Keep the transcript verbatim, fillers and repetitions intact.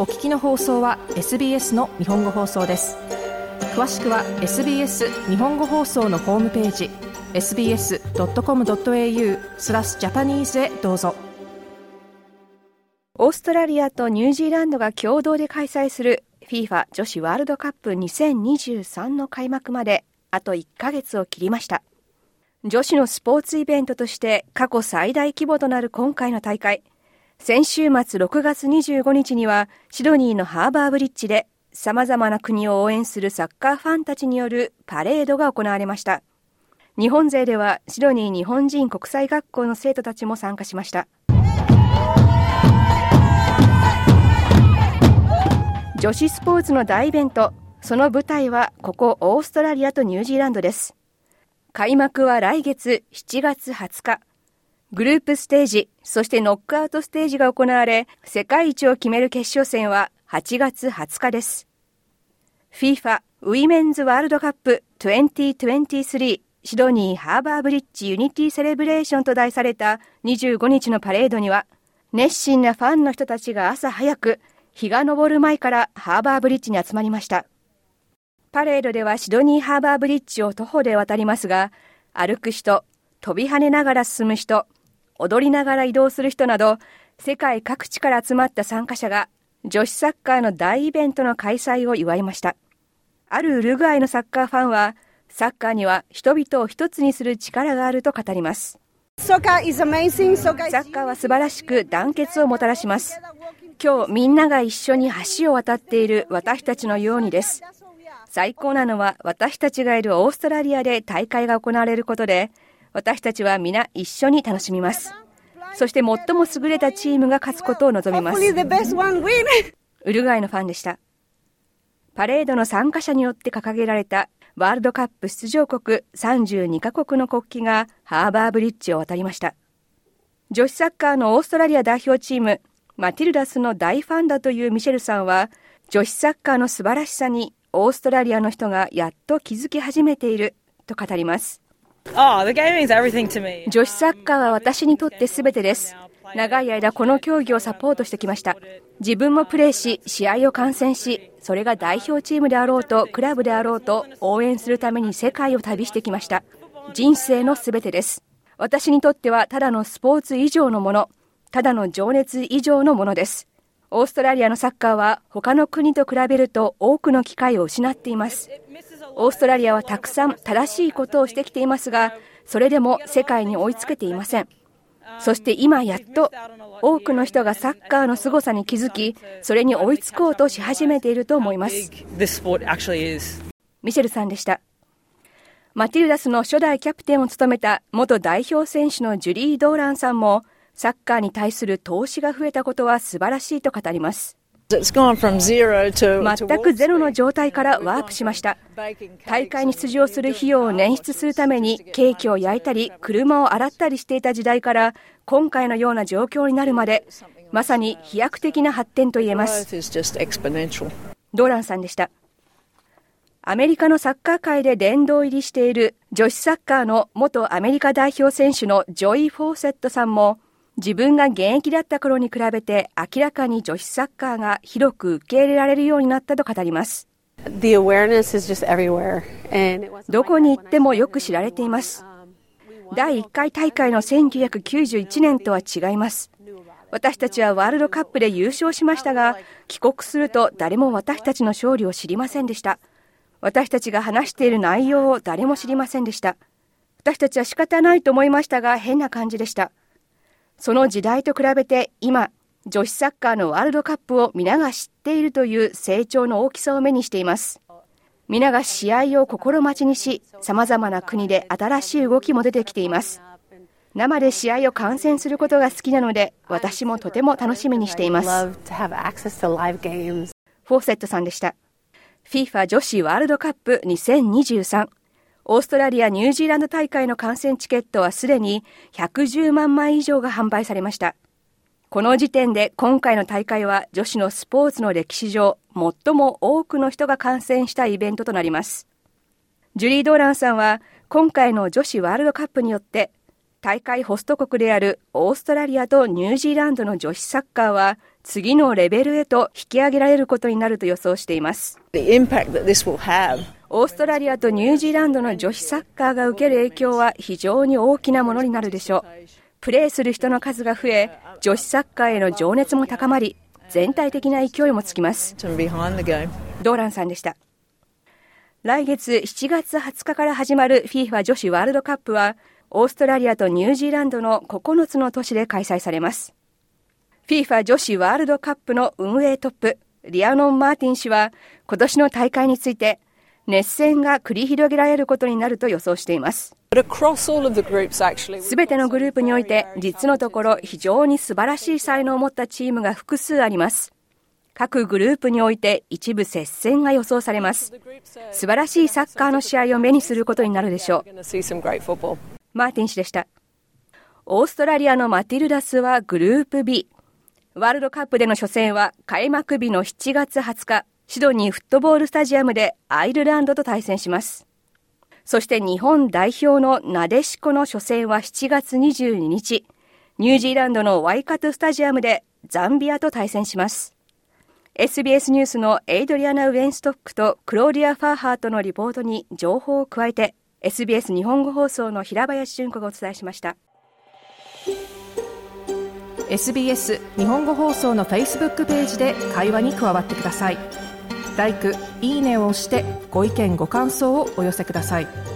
お聞きの放送は エスビーエス の日本語放送です。詳しくは エスビーエス 日本語放送のホームページ エスビーエスドットコムドットエーユー スラスジャパニーズへどうぞ。 オーストラリアとニュージーランドが共同で開催する フィーファ 女子ワールドカップにせんにじゅうさんの開幕まであといっかげつを切りました。女子のスポーツイベントとして過去最大規模となる今回の大会。先週末ろくがつにじゅうごにちにはシドニーのハーバーブリッジで様々な国を応援するサッカーファンたちによるパレードが行われました。日本勢ではシドニー日本人国際学校の生徒たちも参加しました。女子スポーツの大イベント、その舞台はここオーストラリアとニュージーランドです。開幕は来月しちがつはつか。グループステージ、そしてノックアウトステージが行われ、世界一を決める決勝戦ははちがつはつかです。フィーファ ウィメンズワールドカップにせんにじゅうさんシドニーハーバーブリッジユニティセレブレーションと題されたにじゅうごにちのパレードには、熱心なファンの人たちが朝早く、日が昇る前からハーバーブリッジに集まりました。パレードではシドニーハーバーブリッジを徒歩で渡りますが、歩く人、飛び跳ねながら進む人、踊りながら移動する人など、世界各地から集まった参加者が、女子サッカーの大イベントの開催を祝いました。あるウルグアイのサッカーファンは、サッカーには人々を一つにする力があると語ります。サッカーは素晴らしく団結をもたらします。今日みんなが一緒に橋を渡っている私たちのようにです。最高なのは私たちがいるオーストラリアで大会が行われることで、私たちは皆一緒に楽しみます。そして最も優れたチームが勝つことを望みます。ウルグアイのファンでした。パレードの参加者によって掲げられたワールドカップ出場国さんじゅうにかこくの国旗がハーバーブリッジを渡りました。女子サッカーのオーストラリア代表チームマティルダスの大ファンだというミシェルさんは、女子サッカーの素晴らしさにオーストラリアの人がやっと気づき始めていると語ります。 Oh, the game means everything to me. 女子サッカーは私にとって全てです。長い間この競技をサポートしてきました。自分もプレーし、試合を観戦し、それが代表チームであろうとクラブであろうと応援するために世界を旅してきました。人生の全てです。私にとってはただのスポーツ以上のもの、ただの情熱以上のものです。オーストラリアのサッカーは他の国と比べると多くの機会を失っています。オーストラリアはたくさん正しいことをしてきていますが、それでも世界に追いつけていません。そして今やっと多くの人がサッカーの凄さに気づき、それに追いつこうとし始めていると思います。ミシェルさんでした。マティルダスの初代キャプテンを務めた元代表選手のジュリー・ドーランさんも、サッカーに対する投資が増えたことは素晴らしいと語ります。全くゼロの状態からワープしました。大会に出場する費用を捻出するためにケーキを焼いたり車を洗ったりしていた時代から今回のような状況になるまで、まさに飛躍的な発展と言えます。ドーランさんでした。アメリカのサッカー界で殿堂入りしている女子サッカーの元アメリカ代表選手のジョイ・フォーセットさんも、自分が現役だった頃に比べて明らかに女子サッカーが広く受け入れられるようになったと語ります。どこに行ってもよく知られています。だいいっかい大会のせんきゅうひゃくきゅうじゅういちねんとは違います。私たちはワールドカップで優勝しましたが、帰国すると誰も私たちの勝利を知りませんでした。私たちが話している内容を誰も知りませんでした。私たちは仕方ないと思いましたが、変な感じでした。その時代と比べて今、女子サッカーのワールドカップを皆が知っているという成長の大きさを目にしています。皆が試合を心待ちにし、様々な国で新しい動きも出てきています。生で試合を観戦することが好きなので、私もとても楽しみにしています。フォーセットさんでした。フィーファ 女子ワールドカップにせんにじゅうさん。オーストラリア・ニュージーランド大会の観戦チケットはすでにひゃくじゅうまんまい以上が販売されました。この時点で今回の大会は女子のスポーツの歴史上最も多くの人が観戦したイベントとなります。ジュリー・ドーランさんは今回の女子ワールドカップによって大会ホスト国であるオーストラリアとニュージーランドの女子サッカーは次のレベルへと引き上げられることになると予想しています。 The impact that this will have. オーストラリアとニュージーランドの女子サッカーが受ける影響は非常に大きなものになるでしょう。プレーする人の数が増え、女子サッカーへの情熱も高まり、全体的な勢いもつきます。ドーランさんでした。来月しちがつはつかから始まる FIFA 女子ワールドカップは、オーストラリアとニュージーランドのここのつの都市で開催されます。FIFA 女子ワールドカップの運営トップ、リアノン・マーティン氏は、今年の大会について、熱戦が繰り広げられることになると予想しています。すべてのグループにおいて、実のところ非常に素晴らしい才能を持ったチームが複数あります。各グループにおいて一部接戦が予想されます。素晴らしいサッカーの試合を目にすることになるでしょう。マーティン氏でした。オーストラリアのマティルダスはグループ B。ワールドカップでの初戦は開幕日のしちがつはつか、シドニーフットボールスタジアムでアイルランドと対戦します。そして日本代表のなでしこの初戦はしちがつにじゅうににち、ニュージーランドのワイカトゥスタジアムでザンビアと対戦します。エスビーエス ニュースのエイドリアナ・ウェンストックとクローディア・ファーハートのリポートに情報を加えて、エスビーエス 日本語放送の平林純子がお伝えしました。 エスビーエス 日本語放送の Facebook ページで会話に加わってください。ライク、いいねを押してご意見ご感想をお寄せください。